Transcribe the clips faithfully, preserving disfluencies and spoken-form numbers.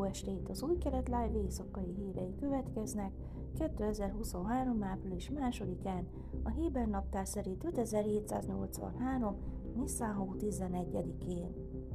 estét! Az Új Kelet Live éjszakai hírei következnek kétezer-huszonhárom. április másodikán, a Héber naptár szerint ötezer-hétszáznyolcvanhárom. Niszán hó tizenegyedikén.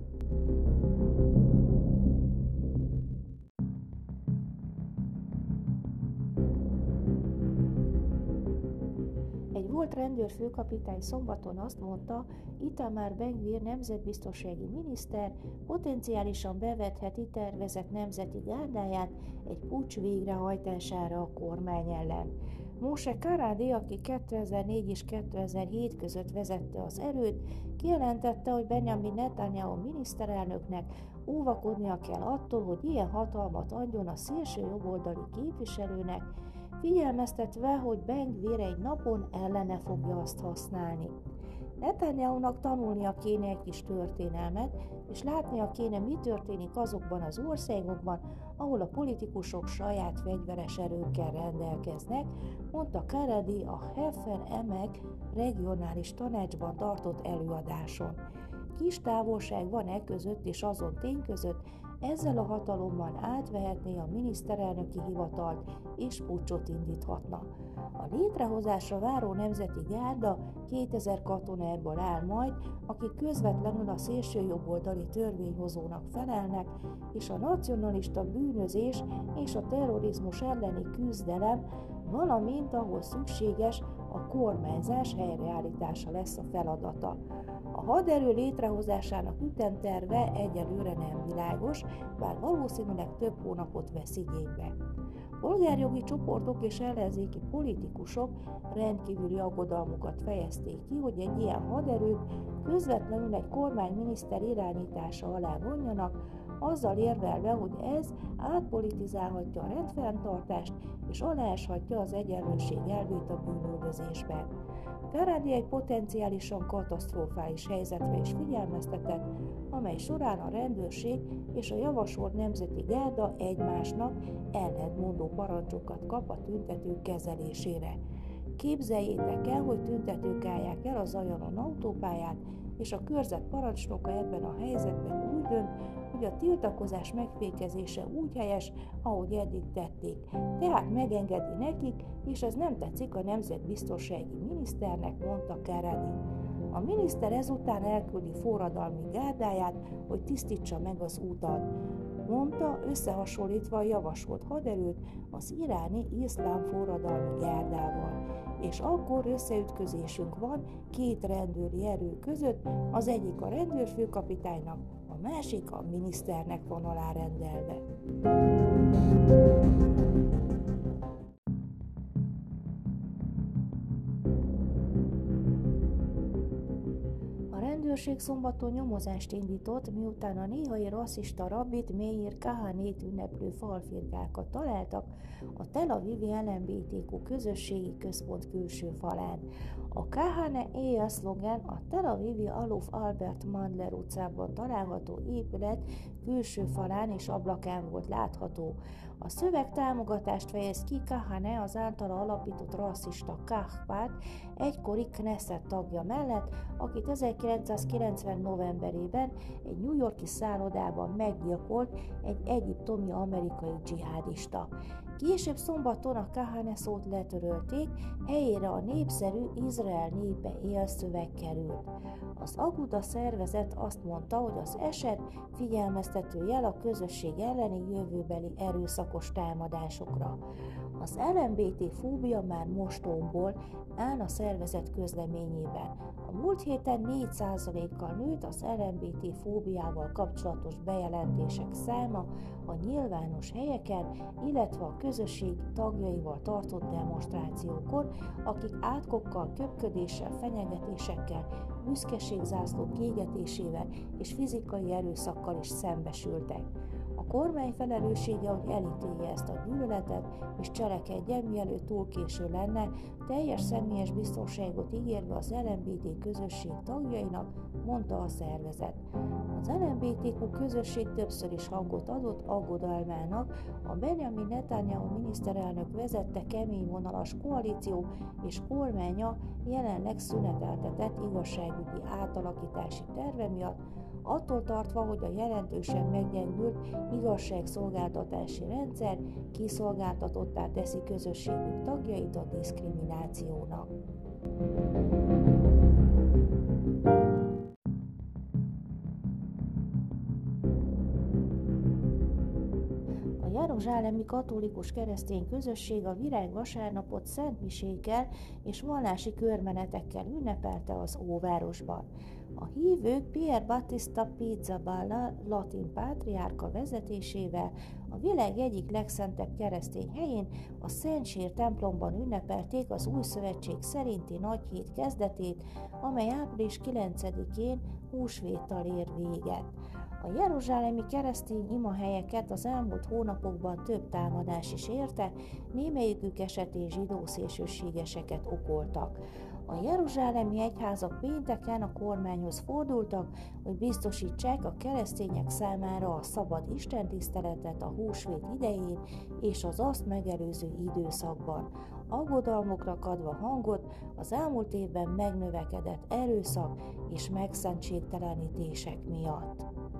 Egy volt rendőrfőkapitány szombaton azt mondta, Itamar Ben-Gvir nemzetbiztonsági miniszter potenciálisan bevetheti tervezett nemzeti gárdáját egy puccs végrehajtására a kormány ellen. Moshe Karadi, aki kétezer-négy és kétezer-hét között vezette az erőt, kijelentette, hogy Benjamin Netanyahu miniszterelnöknek óvakodnia kell attól, hogy ilyen hatalmat adjon a szélső jobboldali képviselőnek, figyelmeztetve, hogy Ben-Gvir egy napon ellene fogja azt használni. Netanyahunak tanulnia kéne egy kis történelmet, és látnia kéne, mi történik azokban az országokban, ahol a politikusok saját fegyveres erőkkel rendelkeznek, mondta Karadi a Hefer Emek regionális tanácsban tartott előadáson. Kis távolság van e között és azon tény között, ezzel a hatalommal átvehetné a miniszterelnöki hivatalt és puccsot indíthatna. A létrehozásra váró nemzeti gárda kétezer katonából áll majd, akik közvetlenül a szélsőjobboldali törvényhozónak felelnek, és a nacionalista bűnözés és a terrorizmus elleni küzdelem, valamint ahol szükséges, a kormányzás helyreállítása lesz a feladata. A haderő létrehozásának ütemterve egyelőre nem világos, bár valószínűleg több hónapot vesz igénybe. Polgárjogi csoportok és ellenzéki politikusok rendkívüli aggodalmukat fejezték ki, hogy egy ilyen haderőt közvetlenül egy kormányminiszter irányítása alá vonjanak, azzal érvelve, hogy ez átpolitizálhatja a rendfenntartást és alááshatja az egyenlőség elvét a bűnüldözésben. Karadi egy potenciálisan katasztrofális helyzetre is figyelmeztetett, amely során a rendőrség és a javasolt nemzeti gárda egymásnak ellentmondó parancsokat kap a tüntetők kezelésére. Képzeljétek el, hogy tüntetők állják el a Zajanon autópályát, és a körzet parancsnoka ebben a helyzetben úgy dönt, hogy a tiltakozás megfékezése úgy helyes, ahogy eddig tették, tehát megengedi nekik, és ez nem tetszik a nemzetbiztonsági miniszternek, mondta Karadi. A miniszter ezután elküldi forradalmi gárdáját, hogy tisztítsa meg az utat, mondta, összehasonlítva a javasolt haderőt az iráni iszlám forradalmi gárdával. És akkor összeütközésünk van két rendőri erő között, az egyik a rendőrfőkapitánynak, a másik a miniszternek van alárendelve. A rendőrség szombaton nyomozást indított, miután a néhai rasszista rabbit, Meir Kahanét ünneplő falfirkákat találtak a Tel Avivi el em bé té kú közösségi központ külső falán. A Kahane éjjel-szlogen a Tel Avivi Aluf Albert Mandler utcában található épület külső falán és ablakán volt látható. A szöveg támogatást fejez ki Kahane az általa alapított rasszista Kach párt egykori Knesset tagja mellett, akit ezerkilencszázkilencven novemberében egy New York-i szállodában meggyilkolt egy egyiptomi amerikai dzsihádista. Később szombaton a Kahane szót letörölték, helyére a népszerű Izrael népe élszöveg került. Az Aguda szervezet azt mondta, hogy az eset figyelmeztető jel a közösség elleni jövőbeli erőszakos támadásokra. Az el em bé té fóbia már most tombol, áll a szervezet közleményében. A múlt héten négy százalékkal nőtt az el em bé té fóbiával kapcsolatos bejelentések száma a nyilvános helyeken, illetve a közösség tagjaival tartott demonstrációkon, akik átkokkal, köpködéssel, fenyegetésekkel, büszkeségzászlók kiégetésével és fizikai erőszakkal is szembesültek. A kormány felelőssége, hogy elítélje ezt a gyűlöletet, és cselekedjen, mielőtt túl késő lenne, teljes személyes biztonságot ígérve az el em bé té közösség tagjainak, mondta a szervezet. Az el em bé té kú közösség többször is hangot adott aggodalmának, a Benjamin Netanyahu miniszterelnök vezette keményvonalas koalíció és kormánya jelenleg szüneteltetett igazságügyi átalakítási terve miatt, attól tartva, hogy a jelentősen meggyengült igazságszolgáltatási rendszer kiszolgáltatottá teszi közösségük tagjait a diszkriminációnak. A jeruzsálemi katolikus keresztény közösség a virágvasárnapot szentmisékkel és vallási körmenetekkel ünnepelte az óvárosban. A hívők Pier Battista Pizzaballa latin pátriárka vezetésével a világ egyik legszentebb keresztény helyén, a Szentsír templomban ünnepelték az új szövetség szerinti nagyhét kezdetét, amely április kilencedikén húsvéttal ér véget. A jeruzsálemi keresztény imahelyeket az elmúlt hónapokban több támadás is érte, némelyikük esetén zsidó szélsőségeseket okoltak. A jeruzsálemi egyházak pénteken a kormányhoz fordultak, hogy biztosítsák a keresztények számára a szabad istentiszteletet a húsvét idején és az azt megelőző időszakban. Aggodalmuknak adva hangot az elmúlt évben megnövekedett erőszak és megszentségtelenítések miatt.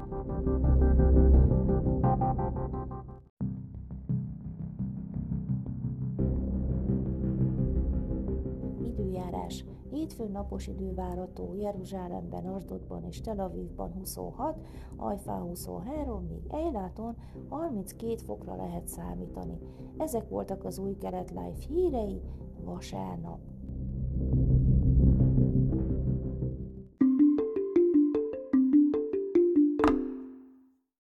Időjárás. Hétfőn napos idő várható, Jeruzsálemben, Asdodban és Tel Avivban huszonhat, Hajfán huszonhárom, míg Eiláton harminckét fokra lehet számítani. Ezek voltak az Új Kelet Live hírei vasárnap.